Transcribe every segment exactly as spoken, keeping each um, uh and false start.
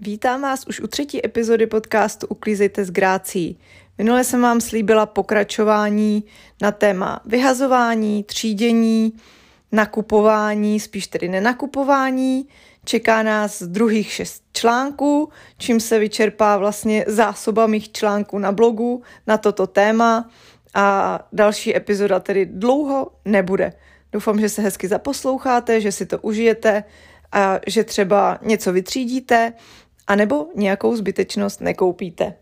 Vítám vás už u třetí epizody podcastu Uklízejte s grácií. Minule jsem vám slíbila pokračování na téma vyhazování, třídění, nakupování, spíš tedy nenakupování. Čeká nás druhých šest článků, čím se vyčerpá vlastně zásoba mých článků na blogu na toto téma a další epizoda tedy dlouho nebude. Doufám, že se hezky zaposloucháte, že si to užijete a že třeba něco vytřídíte, anebo nějakou zbytečnost nekoupíte.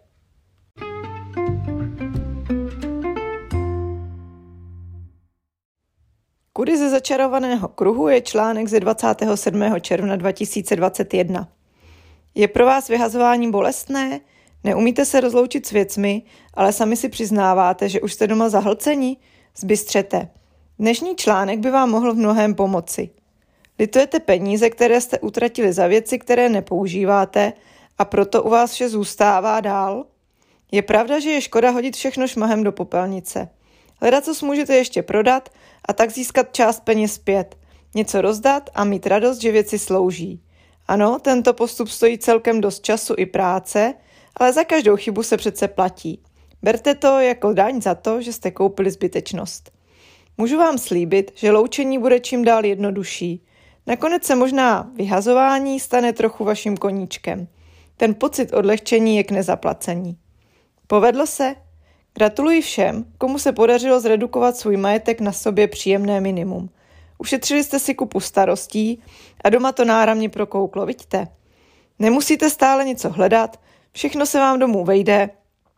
Kudy ze začarovaného kruhu je článek ze dvacátého sedmého června dva tisíce dvacet jedna. Je pro vás vyhazování bolestné? Neumíte se rozloučit s věcmi, ale sami si přiznáváte, že už jste doma zahlceni? Zbystřete. Dnešní článek by vám mohl v mnohém pomoci. Litujete peníze, které jste utratili za věci, které nepoužíváte a proto u vás vše zůstává dál? Je pravda, že je škoda hodit všechno šmahem do popelnice. Ledacos můžete ještě prodat a tak získat část peněz zpět, něco rozdat a mít radost, že věci slouží. Ano, tento postup stojí celkem dost času i práce, ale za každou chybu se přece platí. Berte to jako daň za to, že jste koupili zbytečnost. Můžu vám slíbit, že loučení bude čím dál jednodušší. Nakonec se možná vyhazování stane trochu vaším koníčkem. Ten pocit odlehčení je k nezaplacení. Povedlo se? Gratuluji všem, komu se podařilo zredukovat svůj majetek na sobě příjemné minimum. Ušetřili jste si kupu starostí a doma to náramně prokouklo, vidíte? Nemusíte stále něco hledat, všechno se vám domů vejde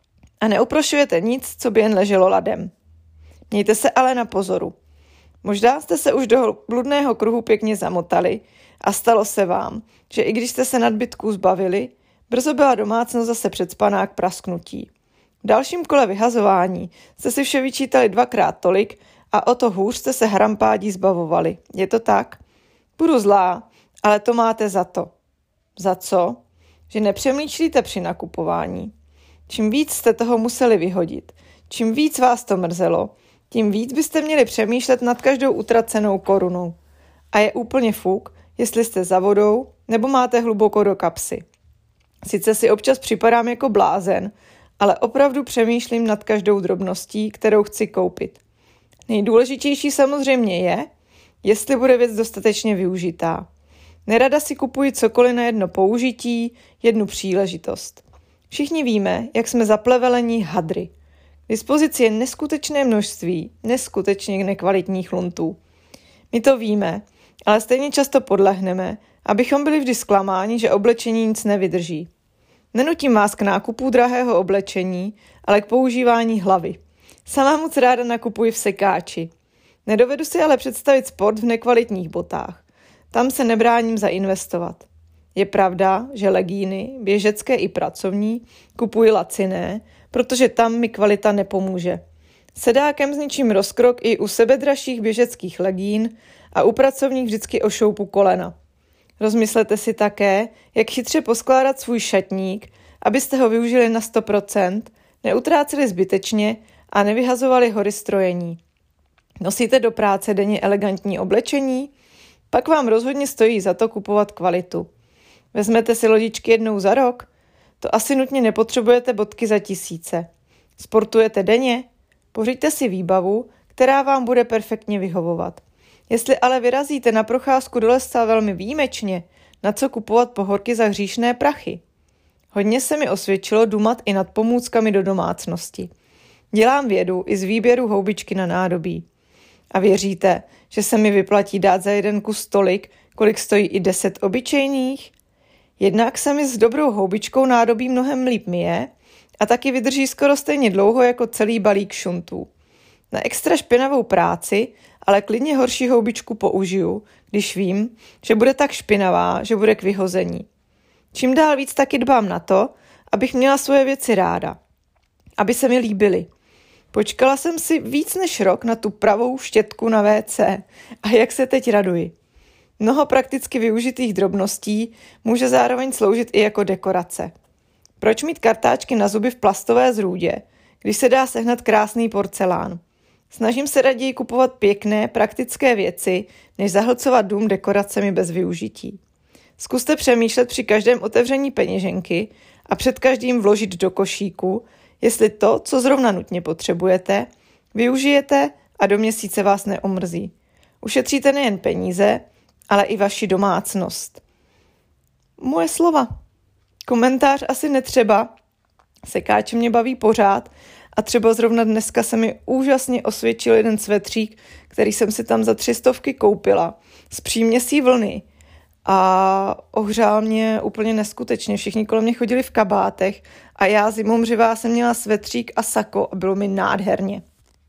a neuprošujete nic, co by jen leželo ladem. Mějte se ale na pozoru. Možná jste se už do bludného kruhu pěkně zamotali a stalo se vám, že i když jste se nadbytků zbavili, brzo byla domácnost zase předspaná k prasknutí. V dalším kole vyhazování jste si vše vyčítali dvakrát tolik a o to hůř jste se harampádí zbavovali. Je to tak? Budu zlá, ale to máte za to. Za co? Že nepřemýšlíte při nakupování. Čím víc jste toho museli vyhodit, čím víc vás to mrzelo, tím víc byste měli přemýšlet nad každou utracenou korunou. A je úplně fuk, jestli jste za vodou nebo máte hluboko do kapsy. Sice si občas připadám jako blázen, ale opravdu přemýšlím nad každou drobností, kterou chci koupit. Nejdůležitější samozřejmě je, jestli bude věc dostatečně využitá. Nerada si kupuji cokoliv na jedno použití, jednu příležitost. Všichni víme, jak jsme zaplevelení hadry. K dispozici je neskutečné množství neskutečně nekvalitních luntů. My to víme, ale stejně často podlehneme, abychom byli vždy zklamáni, že oblečení nic nevydrží. Nenutím vás k nákupu drahého oblečení, ale k používání hlavy. Sama moc ráda nakupuji v sekáči. Nedovedu si ale představit sport v nekvalitních botách. Tam se nebráním zainvestovat. Je pravda, že legíny, běžecké i pracovní, kupuji laciné, protože tam mi kvalita nepomůže. Sedákem zničím rozkrok i u sebedražších běžeckých legín a u pracovních vždycky ošoupu kolena. Rozmyslete si také, jak chytře poskládat svůj šatník, abyste ho využili na sto procent, neutráceli zbytečně a nevyhazovali hory strojení. Nosíte do práce denně elegantní oblečení? Pak vám rozhodně stojí za to kupovat kvalitu. Vezmete si lodičky jednou za rok? To asi nutně nepotřebujete bodky za tisíce. Sportujete denně? Pořiďte si výbavu, která vám bude perfektně vyhovovat. Jestli ale vyrazíte na procházku do lesa velmi výjimečně, na co kupovat pohorky za hříšné prachy? Hodně se mi osvědčilo dumat i nad pomůckami do domácnosti. Dělám vědu i z výběru houbičky na nádobí. A věříte, že se mi vyplatí dát za jeden kus tolik, kolik stojí i deset obyčejných? Jednak se mi s dobrou houbičkou nádobí mnohem líp myje a taky vydrží skoro stejně dlouho jako celý balík šuntů. Na extra špinavou práci ale klidně horší houbičku použiju, když vím, že bude tak špinavá, že bude k vyhození. Čím dál víc taky dbám na to, abych měla svoje věci ráda. Aby se mi líbily. Počkala jsem si víc než rok na tu pravou štětku na vé cé a jak se teď raduji. Mnoho prakticky využitých drobností může zároveň sloužit i jako dekorace. Proč mít kartáčky na zuby v plastové zrůdě, když se dá sehnat krásný porcelán? Snažím se raději kupovat pěkné, praktické věci, než zahlcovat dům dekoracemi bez využití. Zkuste přemýšlet při každém otevření peněženky a před každým vložit do košíku, jestli to, co zrovna nutně potřebujete, využijete a do měsíce vás neomrzí. Ušetříte nejen peníze, ale i vaši domácnost. Moje slova. Komentář asi netřeba. Sekáč mě baví pořád a třeba zrovna dneska se mi úžasně osvědčil jeden svetřík, který jsem si tam za tři stovky koupila z příměsí vlny a ohřál mě úplně neskutečně. Všichni kolem mě chodili v kabátech a já zimou mřivá jsem měla svetřík a sako a bylo mi nádherně.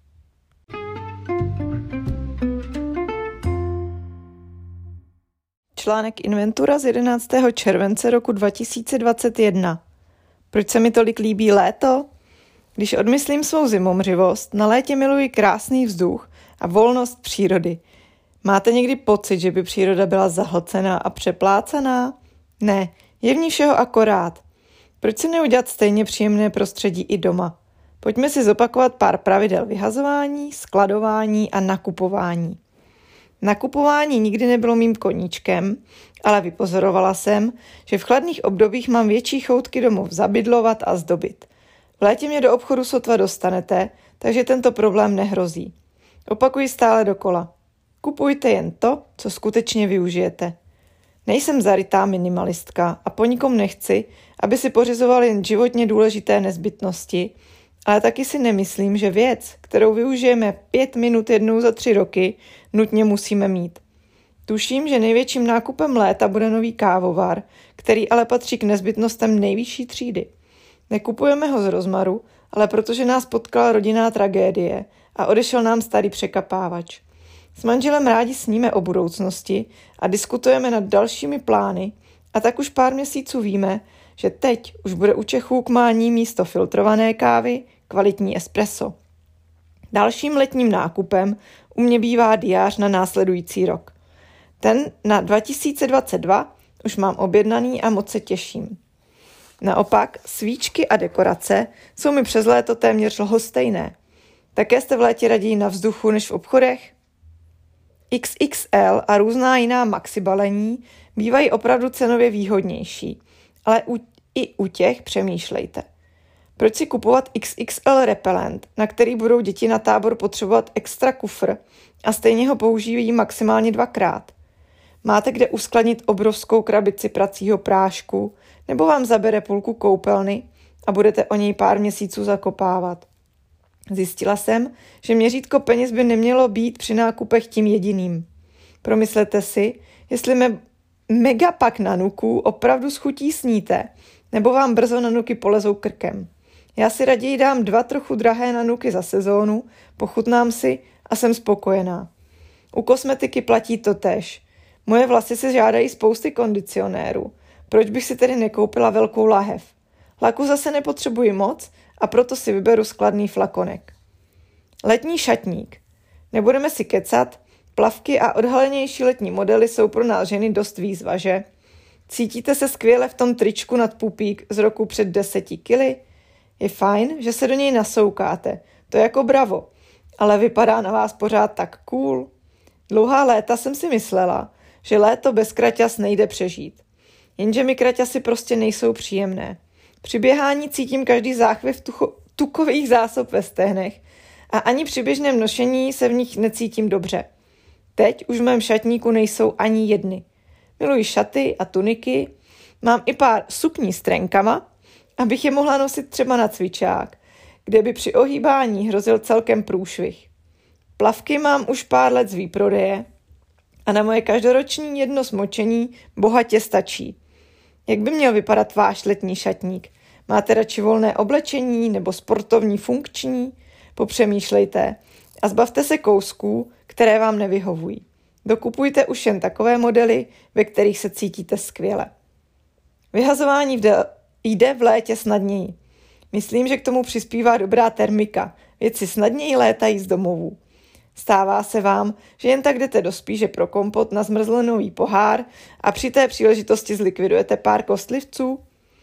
Článek Inventura z jedenáctého července roku dva tisíce dvacet jedna. Proč se mi tolik líbí léto? Když odmyslím svou zimomřivost, na létě miluji krásný vzduch a volnost přírody. Máte někdy pocit, že by příroda byla zahlcená a přeplácaná? Ne, je v ní všeho akorát. Proč si neudělat stejně příjemné prostředí i doma? Pojďme si zopakovat pár pravidel vyhazování, skladování a nakupování. Nakupování nikdy nebylo mým koníčkem, ale vypozorovala jsem, že v chladných obdobích mám větší choutky domov zabydlovat a zdobit. V létě mě do obchodu sotva dostanete, takže tento problém nehrozí. Opakuji stále dokola. Kupujte jen to, co skutečně využijete. Nejsem zarytá minimalistka a po nikom nechci, aby si pořizoval jen životně důležité nezbytnosti, ale taky si nemyslím, že věc, kterou využijeme pět minut jednou za tři roky, nutně musíme mít. Tuším, že největším nákupem léta bude nový kávovar, který ale patří k nezbytnostem nejvyšší třídy. Nekupujeme ho z rozmaru, ale protože nás potkala rodinná tragédie a odešel nám starý překapávač. S manželem rádi sníme o budoucnosti a diskutujeme nad dalšími plány a tak už pár měsíců víme, že teď už bude u Čechů k mání místo filtrované kávy kvalitní espresso. Dalším letním nákupem u mě bývá diář na následující rok. Ten na dva tisíce dvacet dva už mám objednaný a moc se těším. Naopak svíčky a dekorace jsou mi přes léto téměř lhostejné. Také jste v létě raději na vzduchu než v obchodech? X X L a různá jiná maxi balení bývají opravdu cenově výhodnější, ale u, i u těch přemýšlejte. Proč si kupovat X X L repelent, na který budou děti na tábor potřebovat extra kufr a stejně ho použijí maximálně dvakrát? Máte kde uskladnit obrovskou krabici pracího prášku, nebo vám zabere půlku koupelny a budete o něj pár měsíců zakopávat? Zjistila jsem, že měřítko peněz by nemělo být při nákupech tím jediným. Promyslete si, jestli me- megapak nanuků opravdu schutí sníte, nebo vám brzo nanuky polezou krkem. Já si raději dám dva trochu drahé nanuky za sezónu, pochutnám si a jsem spokojená. U kosmetiky platí to též. Moje vlasy se žádají spousty kondicionérů. Proč bych si tedy nekoupila velkou lahev? Laku zase nepotřebuji moc a proto si vyberu skladný flakonek. Letní šatník. Nebudeme si kecat, plavky a odhalenější letní modely jsou pro nás ženy dost výzva, že? Cítíte se skvěle v tom tričku nad pupík z roku před deseti kily? Je fajn, že se do něj nasoukáte, to je jako bravo, ale vypadá na vás pořád tak cool. Dlouhá léta jsem si myslela, že léto bez kraťas nejde přežít. Jenže mi kraťasy prostě nejsou příjemné. Při běhání cítím každý záchvěv tucho, tukových zásob ve stehnech a ani při běžném nošení se v nich necítím dobře. Teď už v mém šatníku nejsou ani jedny. Miluji šaty a tuniky, mám i pár sukní s trenkama, abych je mohla nosit třeba na cvičák, kde by při ohýbání hrozil celkem průšvih. Plavky mám už pár let z výprodeje a na moje každoroční jedno smočení bohatě stačí. Jak by měl vypadat váš letní šatník? Máte radši volné oblečení nebo sportovní funkční? Popřemýšlejte a zbavte se kousků, které vám nevyhovují. Dokupujte už jen takové modely, ve kterých se cítíte skvěle. Vyhazování jde v létě snadněji. Myslím, že k tomu přispívá dobrá termika. Věci snadněji létají z domovů. Stává se vám, že jen tak jdete do spíže pro kompot na zmrzlinový pohár a při té příležitosti zlikvidujete pár kostlivců?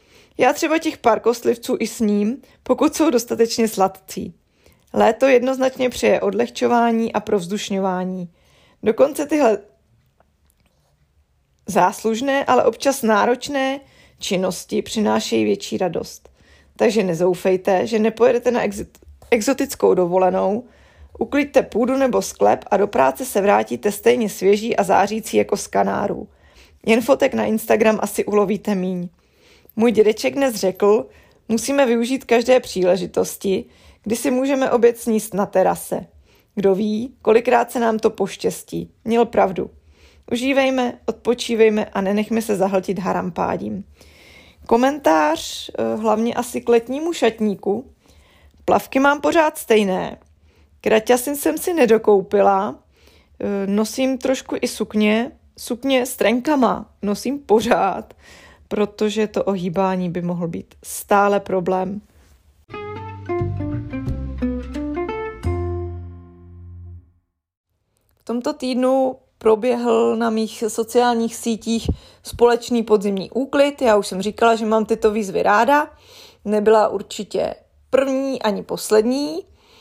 Já třeba těch pár kostlivců i sním, pokud jsou dostatečně sladcí. Léto jednoznačně přeje odlehčování a provzdušňování. Dokonce tyhle Záslužné, ale občas náročné činnosti přinášejí větší radost. Takže nezoufejte, že nepojedete na ex- exotickou dovolenou, ukliďte půdu nebo sklep a do práce se vrátíte stejně svěží a zářící jako z Kanárů. Jen fotek na Instagram asi ulovíte míň. Můj dědeček dnes řekl, musíme využít každé příležitosti, kdy si můžeme oběd sníst na terase. Kdo ví, kolikrát se nám to poštěstí. Měl pravdu. Užívejme, odpočívejme a nenechme se zahltit harampádím. Komentář hlavně asi k letnímu šatníku. Plavky mám pořád stejné. Kraťasy jsem si nedokoupila. Nosím trošku i sukně. Sukně s trenkama nosím pořád, protože to ohýbání by mohl být stále problém. V tomto týdnu proběhl na mých sociálních sítích společný podzimní úklid. Já už jsem říkala, že mám tyto výzvy ráda. Nebyla určitě první ani poslední.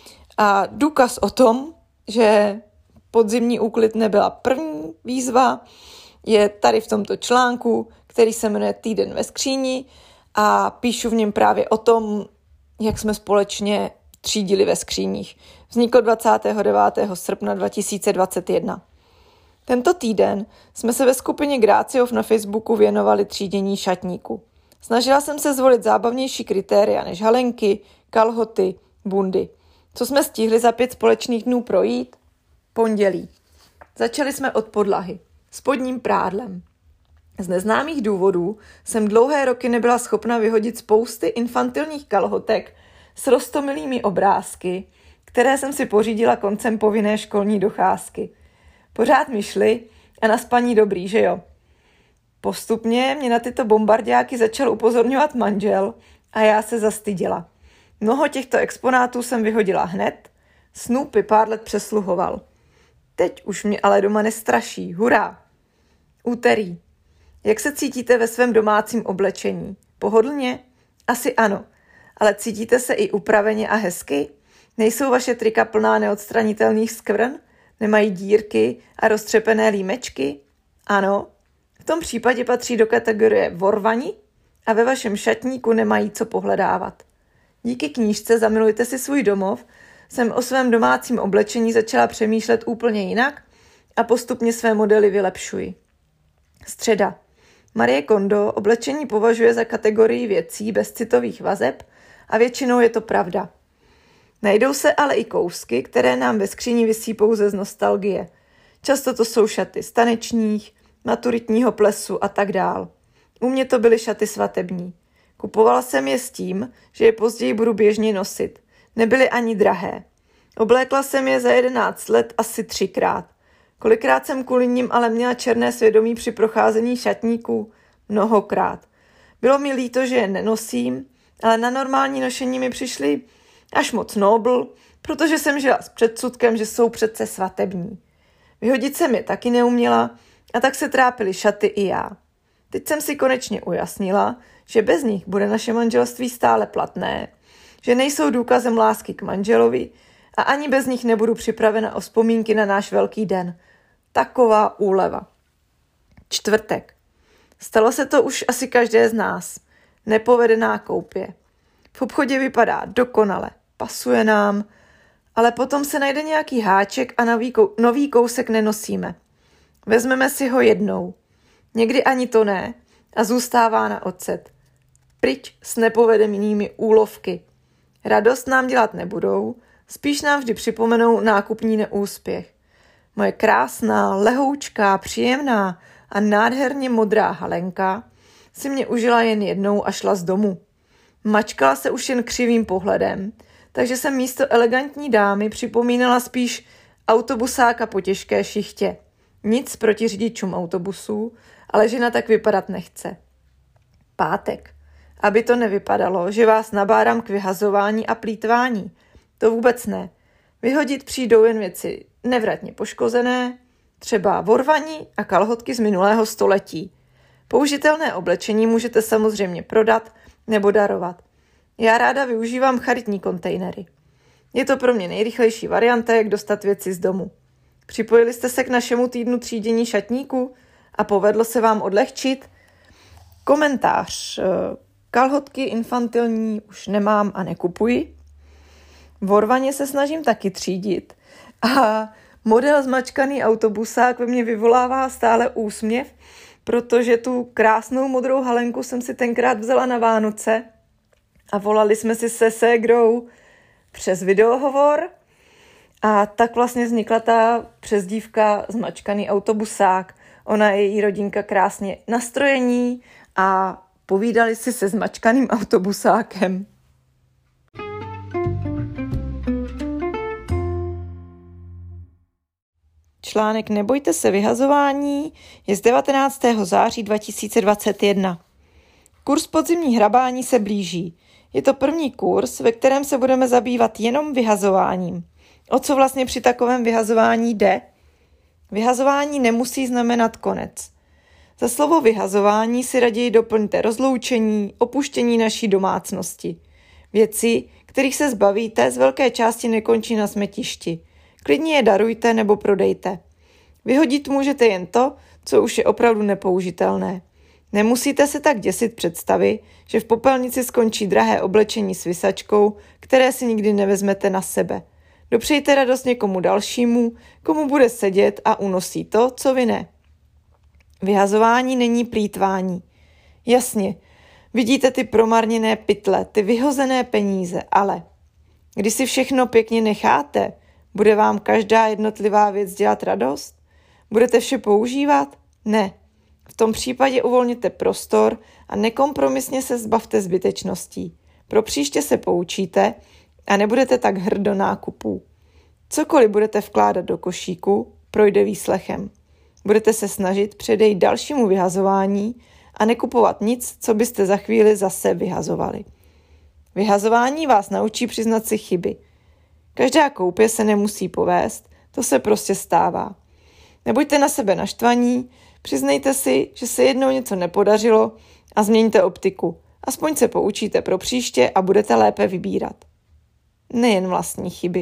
A důkaz o tom, že podzimní úklid nebyla první výzva, je tady v tomto článku, který se jmenuje Týden ve skříni a píšu v něm právě o tom, jak jsme společně třídili ve skříních. Vznikl dvacátého devátého srpna dva tisíce dvacet jedna. Tento týden jsme se ve skupině Gráciov na Facebooku věnovali třídění šatníku. Snažila jsem se zvolit zábavnější kritéria než halenky, kalhoty, bundy. Co jsme stihli za pět společných dnů projít? Pondělí. Začali jsme od podlahy, spodním prádlem. Z neznámých důvodů jsem dlouhé roky nebyla schopna vyhodit spousty infantilních kalhotek s roztomilými obrázky, které jsem si pořídila koncem povinné školní docházky. Pořád mi šly a na spaní dobrý, že jo? Postupně mě na tyto bombardáky začal upozorňovat manžel a já se zastyděla. Mnoho těchto exponátů jsem vyhodila hned, Snoopy pár let přesluhoval. Teď už mě ale doma nestraší, hurá! Úterý. Jak se cítíte ve svém domácím oblečení? Pohodlně? Asi ano, ale cítíte se i upraveně a hezky? Nejsou vaše trika plná neodstranitelných skvrn? Nemají dírky a roztřepené límečky? Ano, v tom případě patří do kategorie vorvani a ve vašem šatníku nemají co pohledávat. Díky knížce Zamilujte si svůj domov jsem o svém domácím oblečení začala přemýšlet úplně jinak a postupně své modely vylepšuji. Středa. Marie Kondo oblečení považuje za kategorii věcí bez citových vazeb a většinou je to pravda. Najdou se ale i kousky, které nám ve skříni visí pouze z nostalgie. Často to jsou šaty z tanečních, maturitního plesu a tak dál. U mě to byly šaty svatební. Kupovala jsem je s tím, že je později budu běžně nosit. Nebyly ani drahé. Oblékla jsem je za jedenáct let asi třikrát. Kolikrát jsem kvůli nim ale měla černé svědomí při procházení šatníků? Mnohokrát. Bylo mi líto, že je nenosím, ale na normální nošení mi přišly až moc nobl, protože jsem žila s předsudkem, že jsou přece svatební. Vyhodit jsem je taky neuměla a tak se trápily šaty i já. Teď jsem si konečně ujasnila, že bez nich bude naše manželství stále platné, že nejsou důkazem lásky k manželovi a ani bez nich nebudu připravena o vzpomínky na náš velký den. Taková úleva. Čtvrtek. Stalo se to už asi každé z nás. Nepovedená koupě. V obchodě vypadá dokonale, pasuje nám, ale potom se najde nějaký háček a nový, kou- nový kousek nenosíme. Vezmeme si ho jednou. Někdy ani to ne a zůstává na ocet. Pryč s nepovedenými úlovky. Radost nám dělat nebudou, spíš nám vždy připomenou nákupní neúspěch. Moje krásná, lehoučká, příjemná a nádherně modrá halenka si mě užila jen jednou a šla z domu. Mačkala se už jen křivým pohledem, takže jsem místo elegantní dámy připomínala spíš autobusáka po těžké šichtě. Nic proti řidičům autobusů, ale žena tak vypadat nechce. Pátek. Aby to nevypadalo, že vás nabádám k vyhazování a plýtvání. To vůbec ne. Vyhodit přijdou jen věci nevratně poškozené, třeba vorvaní a kalhotky z minulého století. Použitelné oblečení můžete samozřejmě prodat nebo darovat. Já ráda využívám charitní kontejnery. Je to pro mě nejrychlejší varianta, jak dostat věci z domu. Připojili jste se k našemu týdnu třídění šatníku a povedlo se vám odlehčit? Komentář. Kalhotky infantilní už nemám a nekupuji. Vorvaně se snažím taky třídit. A model zmačkaný autobusák ve mně vyvolává stále úsměv, protože tu krásnou modrou halenku jsem si tenkrát vzala na Vánoce a volali jsme si se ségrou přes videohovor a tak vlastně vznikla ta přezdívka zmačkaný autobusák. Ona je její rodinka krásně nastrojení a povídali si se zmačkaným autobusákem. Článek Nebojte se vyhazování je z devatenáctého září dva tisíce dvacet jedna. Kurz podzimní hrabání se blíží. Je to první kurz, ve kterém se budeme zabývat jenom vyhazováním. O co vlastně při takovém vyhazování jde? Vyhazování nemusí znamenat konec. Za slovo vyhazování si raději doplňte rozloučení, opuštění naší domácnosti. Věci, kterých se zbavíte, z velké části nekončí na smetišti. Klidně je darujte nebo prodejte. Vyhodit můžete jen to, co už je opravdu nepoužitelné. Nemusíte se tak děsit představy, že v popelnici skončí drahé oblečení s visačkou, které si nikdy nevezmete na sebe. Dopřejte radost někomu dalšímu, komu bude sedět a unosí to, co vy ne. Vyhazování není plýtvání. Jasně, vidíte ty promarněné pytle, ty vyhozené peníze, ale když si všechno pěkně necháte, bude vám každá jednotlivá věc dělat radost? Budete vše používat? Ne. V tom případě uvolněte prostor a nekompromisně se zbavte zbytečností. Pro příště se poučíte a nebudete tak hrd do nákupů. Cokoliv budete vkládat do košíku, projde výslechem. Budete se snažit předejít dalšímu vyhazování a nekupovat nic, co byste za chvíli zase vyhazovali. Vyhazování vás naučí přiznat si chyby. Každá koupě se nemusí povést, to se prostě stává. Nebuďte na sebe naštvaní, přiznejte si, že se jednou něco nepodařilo a změňte optiku. Aspoň se poučíte pro příště a budete lépe vybírat. Nejen vlastní chyby.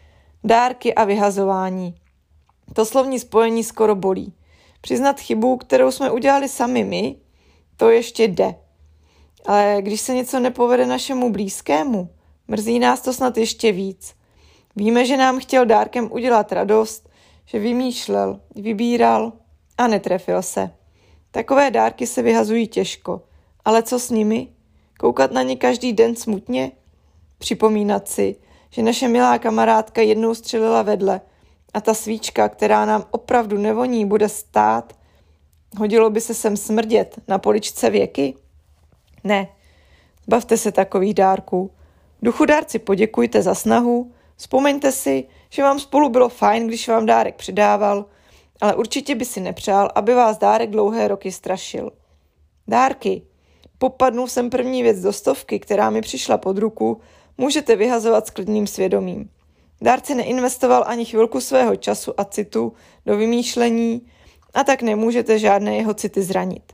Dárky a vyhazování. To slovní spojení skoro bolí. Přiznat chybu, kterou jsme udělali sami my, to ještě jde. Ale když se něco nepovede našemu blízkému, mrzí nás to snad ještě víc. Víme, že nám chtěl dárkem udělat radost, že vymýšlel, vybíral a netrefil se. Takové dárky se vyhazují těžko. Ale co s nimi? Koukat na ně každý den smutně? Připomínat si, že naše milá kamarádka jednou střelila vedle a ta svíčka, která nám opravdu nevoní, bude stát? Hodilo by se sem smrdět na poličce věky? Ne, zbavte se takových dárků. Duchudárci poděkujte za snahu, vzpomeňte si, že vám spolu bylo fajn, když vám dárek přidával, ale určitě by si nepřál, aby vás dárek dlouhé roky strašil. Dárky. Popadnul jsem první věc do stovky, která mi přišla pod ruku, můžete vyhazovat s klidným svědomím. Dárce neinvestoval ani chvilku svého času a citu do vymýšlení a tak nemůžete žádné jeho city zranit.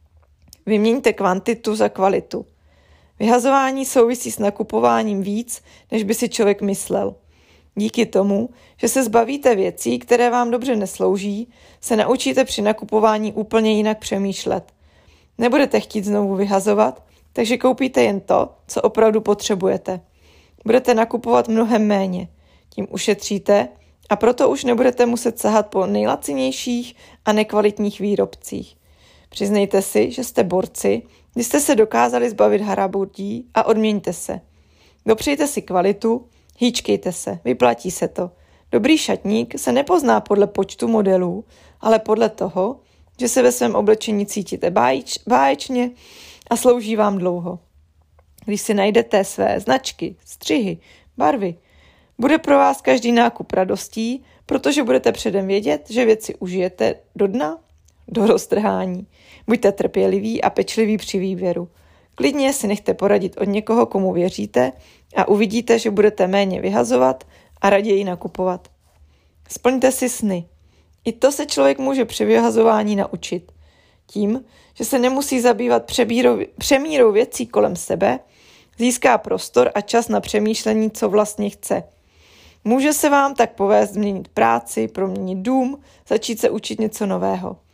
Vyměňte kvantitu za kvalitu. Vyhazování souvisí s nakupováním víc, než by si člověk myslel. Díky tomu, že se zbavíte věcí, které vám dobře neslouží, se naučíte při nakupování úplně jinak přemýšlet. Nebudete chtít znovu vyhazovat, takže koupíte jen to, co opravdu potřebujete. Budete nakupovat mnohem méně, tím ušetříte a proto už nebudete muset sahat po nejlacinějších a nekvalitních výrobcích. Přiznejte si, že jste borci, když jste se dokázali zbavit haraburdí a odměňte se. Dopřejte si kvalitu, hýčkejte se, vyplatí se to. Dobrý šatník se nepozná podle počtu modelů, ale podle toho, že se ve svém oblečení cítíte báječ, báječně a slouží vám dlouho. Když si najdete své značky, střihy, barvy, bude pro vás každý nákup radostí, protože budete předem vědět, že věci užijete do dna, do roztrhání. Buďte trpěliví a pečliví při výběru. Klidně si nechte poradit od někoho, komu věříte a uvidíte, že budete méně vyhazovat a raději nakupovat. Splňte si sny. I to se člověk může při vyhazování naučit. Tím, že se nemusí zabývat přebírou, přemírou věcí kolem sebe, získá prostor a čas na přemýšlení, co vlastně chce. Může se vám tak povést změnit práci, proměnit dům, začít se učit něco nového.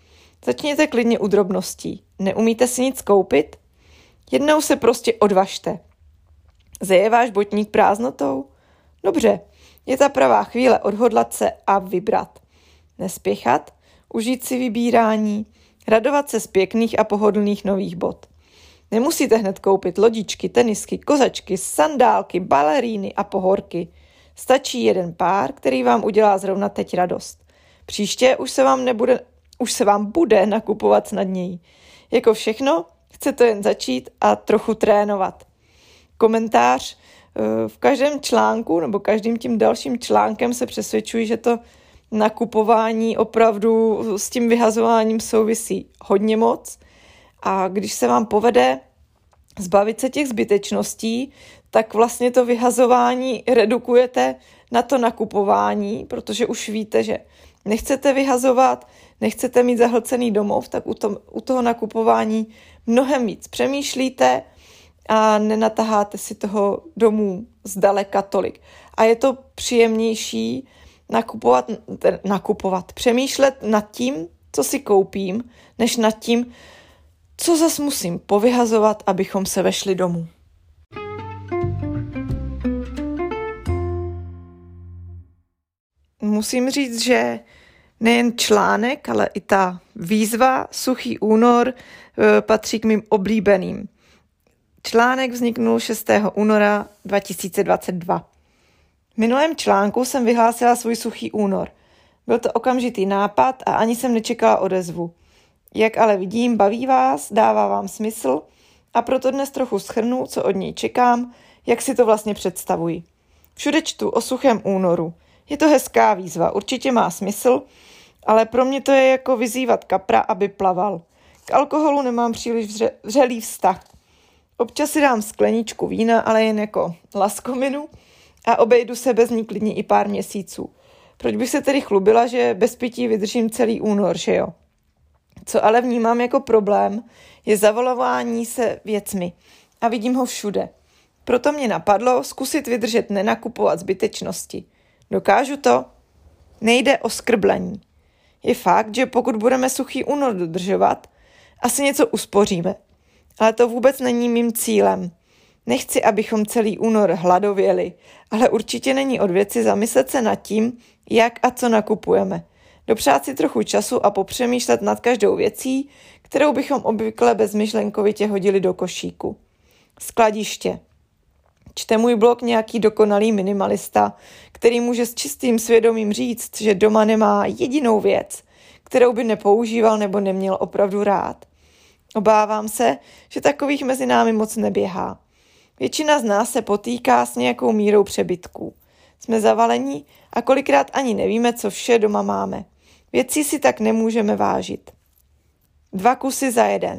Začněte klidně u drobností. Neumíte si nic koupit? Jednou se prostě odvažte. Zeje váš botník prázdnotou? Dobře, je ta pravá chvíle odhodlat se a vybrat. Nespěchat, užít si vybírání, radovat se z pěkných a pohodlných nových bot. Nemusíte hned koupit lodičky, tenisky, kozačky, sandálky, baleríny a pohorky. Stačí jeden pár, který vám udělá zrovna teď radost. Příště už se vám, nebude, už se vám bude nakupovat snadněji. Jako všechno, chcete jen začít a trochu trénovat. Komentář. V každém článku nebo každým tím dalším článkem se přesvědčuji, že to nakupování opravdu s tím vyhazováním souvisí hodně moc. A když se vám povede zbavit se těch zbytečností, tak vlastně to vyhazování redukujete na to nakupování, protože už víte, že nechcete vyhazovat, nechcete mít zahlcený domov, tak u, to, u toho nakupování mnohem víc přemýšlíte a nenataháte si toho domů zdaleka tolik. A je to příjemnější nakupovat, nakupovat, přemýšlet nad tím, co si koupím, než nad tím, co zas musím povyhazovat, abychom se vešli domů. Musím říct, že nejen článek, ale i ta výzva Suchý únor patří k mým oblíbeným. Článek vzniknul šestého února dva tisíce dvacet dva. V minulém článku jsem vyhlásila svůj suchý únor. Byl to okamžitý nápad a ani jsem nečekala odezvu. Jak ale vidím, baví vás, dává vám smysl a proto dnes trochu shrnu, co od něj čekám, jak si to vlastně představuji. Všude čtu o suchém únoru. Je to hezká výzva, určitě má smysl, ale pro mě to je jako vyzývat kapra, aby plaval. K alkoholu nemám příliš vře- vřelý vztah. Občas si dám skleničku vína, ale jen jako laskominu a obejdu se bez ní klidně i pár měsíců. Proč bych se tedy chlubila, že bez pití vydržím celý únor, že jo? Co ale vnímám jako problém, je zavolování se věcmi a vidím ho všude. Proto mě napadlo zkusit vydržet nenakupovat zbytečnosti. Dokážu to? Nejde o skrblení. Je fakt, že pokud budeme suchý únor dodržovat, asi něco uspoříme. Ale to vůbec není mým cílem. Nechci, abychom celý únor hladověli, ale určitě není od věci zamyslet se nad tím, jak a co nakupujeme. Dopřát si trochu času a popřemýšlet nad každou věcí, kterou bychom obvykle bezmyšlenkovitě hodili do košíku. Skladiště. Čte můj blog nějaký dokonalý minimalista, který může s čistým svědomím říct, že doma nemá jedinou věc, kterou by nepoužíval nebo neměl opravdu rád. Obávám se, že takových mezi námi moc neběhá. Většina z nás se potýká s nějakou mírou přebytků. Jsme zavalení a kolikrát ani nevíme, co vše doma máme. Věcí si tak nemůžeme vážit. Dva kusy za jeden.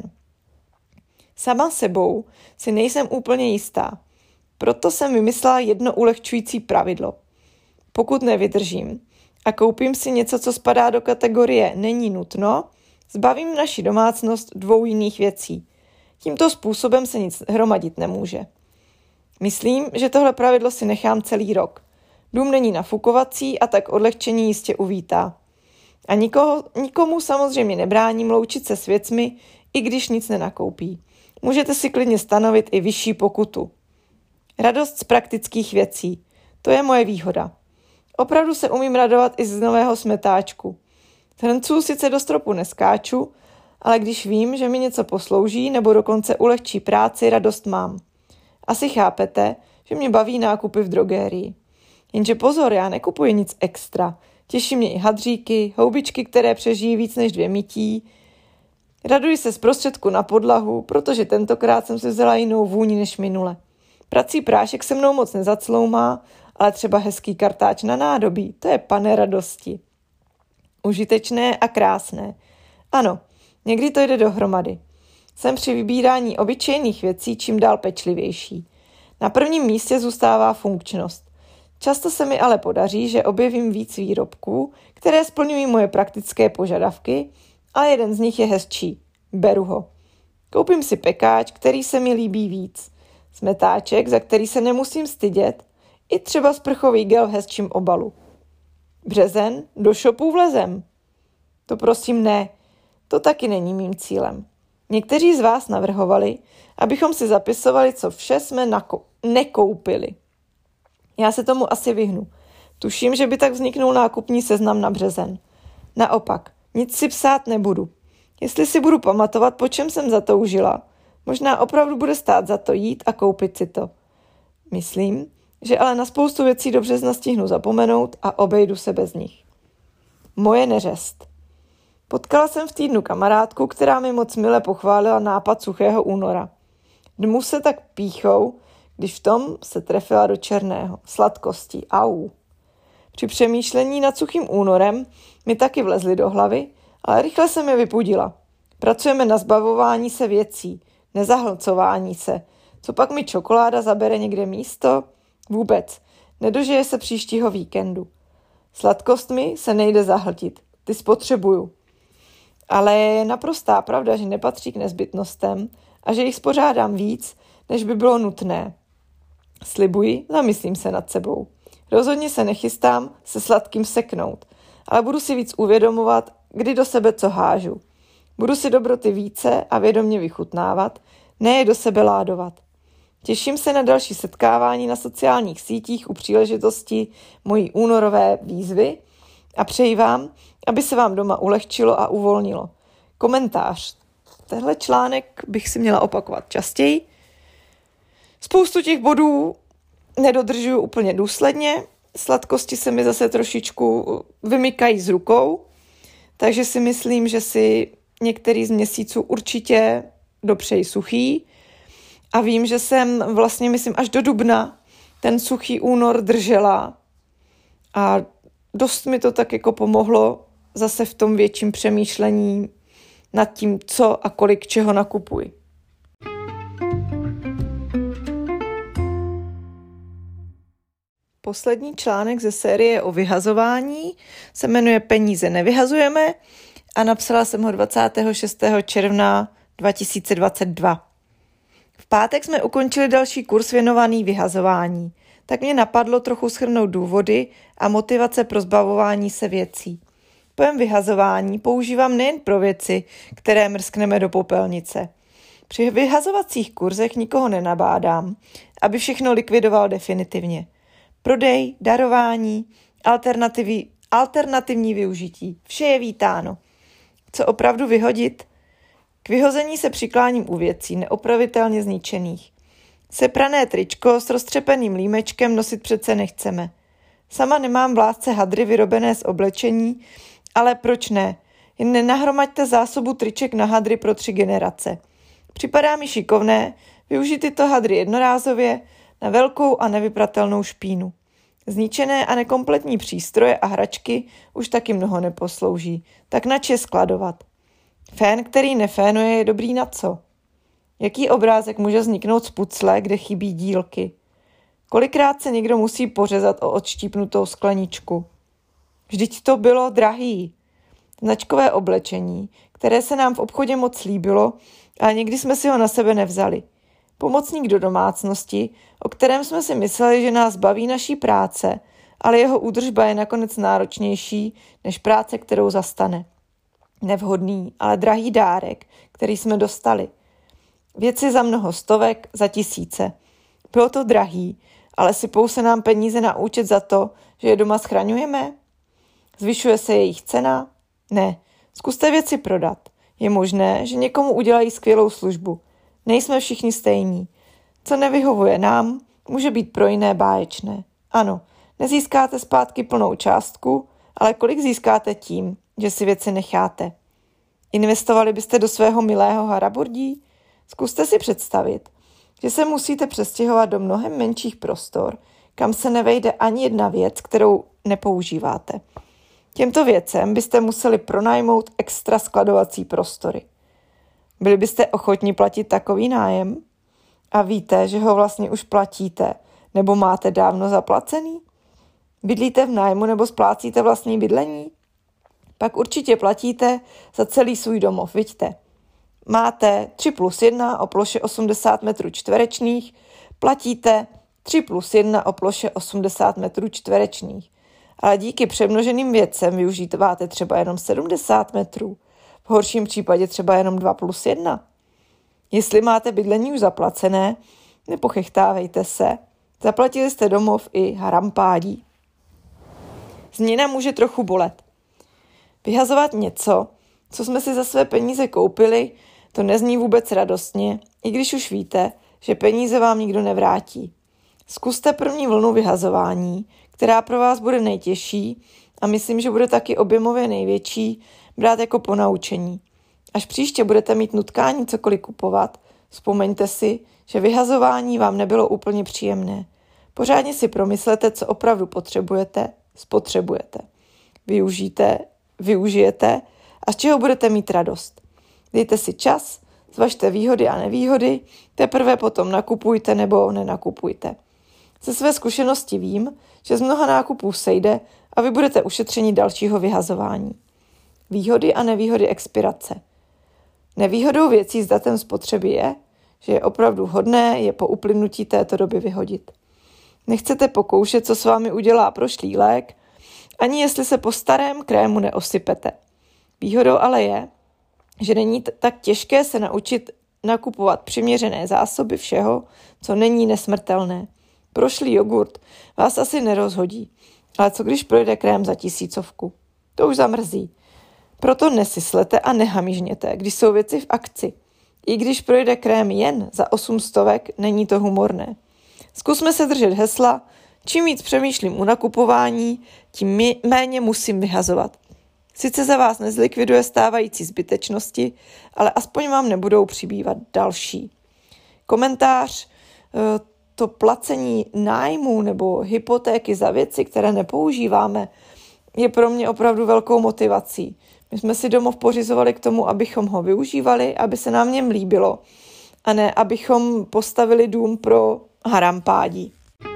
Sama sebou si nejsem úplně jistá. Proto jsem vymyslela jedno ulehčující pravidlo. Pokud nevydržím a koupím si něco, co spadá do kategorie není nutno, zbavím naši domácnost dvou jiných věcí. Tímto způsobem se nic hromadit nemůže. Myslím, že tohle pravidlo si nechám celý rok. Dům není nafukovací a tak odlehčení jistě uvítá. A nikoho, nikomu samozřejmě nebráním loučit se s věcmi, i když nic nenakoupí. Můžete si klidně stanovit i vyšší pokutu. Radost z praktických věcí. To je moje výhoda. Opravdu se umím radovat i z nového smetáčku. Z hrnců sice do stropu neskáču, ale když vím, že mi něco poslouží nebo dokonce ulehčí práci, radost mám. Asi chápete, že mě baví nákupy v drogérii. Jenže pozor, já nekupuji nic extra. Těší mě i hadříky, houbičky, které přežijí víc než dvě mytí. Raduji se z prostředku na podlahu, protože tentokrát jsem si vzala jinou vůni než minule. Prací prášek se mnou moc nezacloumá, ale třeba hezký kartáč na nádobí, to je pane radosti. Užitečné a krásné. Ano, někdy to jde dohromady. Jsem při vybírání obyčejných věcí čím dál pečlivější. Na prvním místě zůstává funkčnost. Často se mi ale podaří, že objevím víc výrobků, které splňují moje praktické požadavky, a jeden z nich je hezčí. Beru ho. Koupím si pekáč, který se mi líbí víc. Smetáček, za který se nemusím stydět, i třeba sprchový gel v hezčím obalu. Březen, do shopu vlezem. To prosím ne. To taky není mým cílem. Někteří z vás navrhovali, abychom si zapisovali, co vše jsme nako- nekoupili. Já se tomu asi vyhnu. Tuším, že by tak vzniknul nákupní seznam na březen. Naopak, nic si psát nebudu. Jestli si budu pamatovat, po čem jsem zatoužila, možná opravdu bude stát za to jít a koupit si to. Myslím, že ale na spoustu věcí do března stihnu zapomenout a obejdu se bez nich. Moje neřest. Potkala jsem v týdnu kamarádku, která mi moc mile pochválila nápad suchého února. Dmu se tak píchou, když v tom se trefila do černého. Sladkostí. Au. Při přemýšlení nad suchým únorem mi taky vlezly do hlavy, ale rychle jsem je vypudila. Pracujeme na zbavování se věcí, nezahlcování se. Co pak mi čokoláda zabere někde místo? Vůbec. Nedožije se příštího víkendu. Sladkostmi se nejde zahltit. Ty spotřebuju. Ale je naprostá pravda, že nepatří k nezbytnostem a že jich spořádám víc, než by bylo nutné. Slibuji, zamyslím se nad sebou. Rozhodně se nechystám se sladkým seknout, ale budu si víc uvědomovat, kdy do sebe co hážu. Budu si dobroty více a vědomě vychutnávat, ne je do sebe ládovat. Těším se na další setkávání na sociálních sítích u příležitosti mojí únorové výzvy a přeji vám, aby se vám doma ulehčilo a uvolnilo. Komentář. Tenhle článek bych si měla opakovat častěji. Spoustu těch bodů nedodržuju úplně důsledně. Sladkosti se mi zase trošičku vymykají z rukou, takže si myslím, že si některý z měsíců určitě dopřeji suchý. A vím, že jsem vlastně, myslím, až do dubna ten suchý únor držela a dost mi to tak jako pomohlo zase v tom větším přemýšlení nad tím, co a kolik čeho nakupuji. Poslední článek ze série o vyhazování se jmenuje Peníze nevyhazujeme a napsala jsem ho dvacátého šestého června dva tisíce dvacet dva. V pátek jsme ukončili další kurz věnovaný vyhazování, tak mě napadlo trochu shrnout důvody a motivace pro zbavování se věcí. Pojem vyhazování používám nejen pro věci, které mrskneme do popelnice. Při vyhazovacích kurzech nikoho nenabádám, aby všechno likvidoval definitivně. Prodej, darování, alternativy, alternativní využití, vše je vítáno. Co opravdu vyhodit? K vyhození se přikláním u věcí neopravitelně zničených. Seprané tričko s roztřepeným límečkem nosit přece nechceme. Sama nemám v lásce hadry vyrobené z oblečení, ale proč ne? Jen nenahromaďte zásobu triček na hadry pro tři generace. Připadá mi šikovné využít tyto hadry jednorázově na velkou a nevypratelnou špínu. Zničené a nekompletní přístroje a hračky už taky mnoho neposlouží, tak nač je skladovat. Fén, který nefénuje, je dobrý na co? Jaký obrázek může vzniknout z pucle, kde chybí dílky? Kolikrát se někdo musí pořezat o odštípnutou skleničku? Vždyť to bylo drahý. Značkové oblečení, které se nám v obchodě moc líbilo, ale někdy jsme si ho na sebe nevzali. Pomocník do domácnosti, o kterém jsme si mysleli, že nás baví naší práce, ale jeho údržba je nakonec náročnější než práce, kterou zastane. Nevhodný, ale drahý dárek, který jsme dostali. Věci za mnoho stovek, za tisíce. Bylo to drahý, ale sypou se nám peníze na účet za to, že je doma schraňujeme? Zvyšuje se jejich cena? Ne. Zkuste věci prodat. Je možné, že někomu udělají skvělou službu. Nejsme všichni stejní. Co nevyhovuje nám, může být pro jiné báječné. Ano, nezískáte zpátky plnou částku, ale kolik získáte tím, že si věci necháte? Investovali byste do svého milého haraburdí? Zkuste si představit, že se musíte přestěhovat do mnohem menších prostor, kam se nevejde ani jedna věc, kterou nepoužíváte. Těmto věcem byste museli pronajmout extra skladovací prostory. Byli byste ochotni platit takový nájem? A víte, že ho vlastně už platíte, nebo máte dávno zaplacený? Bydlíte v nájmu nebo splácíte vlastní bydlení? Pak určitě platíte za celý svůj domov, vidíte. Máte tři plus jedna o ploše osmdesát metrů čtverečných, platíte tři plus jedna o ploše osmdesát metrů čtverečných. Ale díky přemnoženým věcem využíváte třeba jenom sedmdesát metrů. v horším případě třeba jenom dva plus jedna. Jestli máte bydlení už zaplacené, nepochechtávejte se. Zaplatili jste domov i harampádí. Změna může trochu bolet. Vyhazovat něco, co jsme si za své peníze koupili, to nezní vůbec radostně, i když už víte, že peníze vám nikdo nevrátí. Zkuste první vlnu vyhazování, která pro vás bude nejtěžší a myslím, že bude taky objemově největší, brát jako ponaučení. Až příště budete mít nutkání cokoliv kupovat, vzpomeňte si, že vyhazování vám nebylo úplně příjemné. Pořádně si promyslete, co opravdu potřebujete, spotřebujete. Využijte, využijete a z čeho budete mít radost. Dejte si čas, zvažte výhody a nevýhody, teprve potom nakupujte nebo nenakupujte. Ze své zkušenosti vím, že z mnoha nákupů sejde a vy budete ušetřeni dalšího vyhazování. Výhody a nevýhody expirace. Nevýhodou věcí s datem spotřeby je, že je opravdu vhodné je po uplynutí této doby vyhodit. Nechcete pokoušet, co s vámi udělá prošlý lék, ani jestli se po starém krému neosypete. Výhodou ale je, že není t- tak těžké se naučit nakupovat přiměřené zásoby všeho, co není nesmrtelné. Prošlý jogurt vás asi nerozhodí, ale co když projde krém za tisícovku? To už zamrzí. Proto nesyslete a nehamižněte, když jsou věci v akci. I když projde krém jen za osm stovek, není to humorné. Zkusme se držet hesla, čím víc přemýšlím u nakupování, tím méně musím vyhazovat. Sice za vás nezlikviduje stávající zbytečnosti, ale aspoň vám nebudou přibývat další. Komentář, to placení nájmu nebo hypotéky za věci, které nepoužíváme, je pro mě opravdu velkou motivací. My jsme si domov pořizovali k tomu, abychom ho využívali, aby se nám v něm líbilo, a ne abychom postavili dům pro harampádí.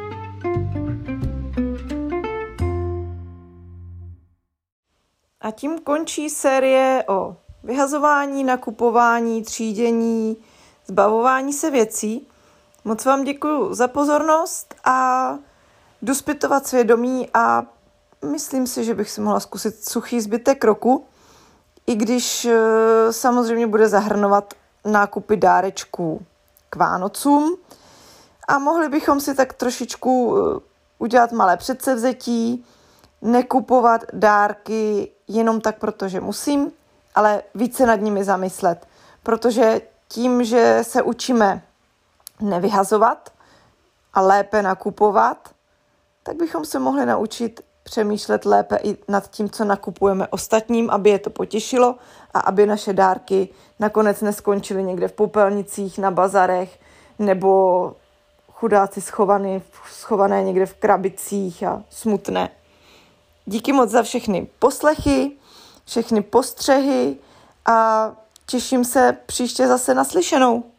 A tím končí série o vyhazování, nakupování, třídění, zbavování se věcí. Moc vám děkuji za pozornost a jdu zpytovat svědomí a myslím si, že bych si mohla zkusit suchý zbytek roku, i když samozřejmě bude zahrnovat nákupy dárečků k Vánocům. A mohli bychom si tak trošičku udělat malé předsevzetí, nekupovat dárky jenom tak, protože musím, ale více nad nimi zamyslet. Protože tím, že se učíme nevyhazovat a lépe nakupovat, tak bychom se mohli naučit přemýšlet lépe i nad tím, co nakupujeme ostatním, aby je to potěšilo a aby naše dárky nakonec neskončily někde v popelnicích, na bazarech nebo chudáci schovaný, schované někde v krabicích a smutné. Díky moc za všechny poslechy, všechny postřehy a těším se příště zase naslyšenou.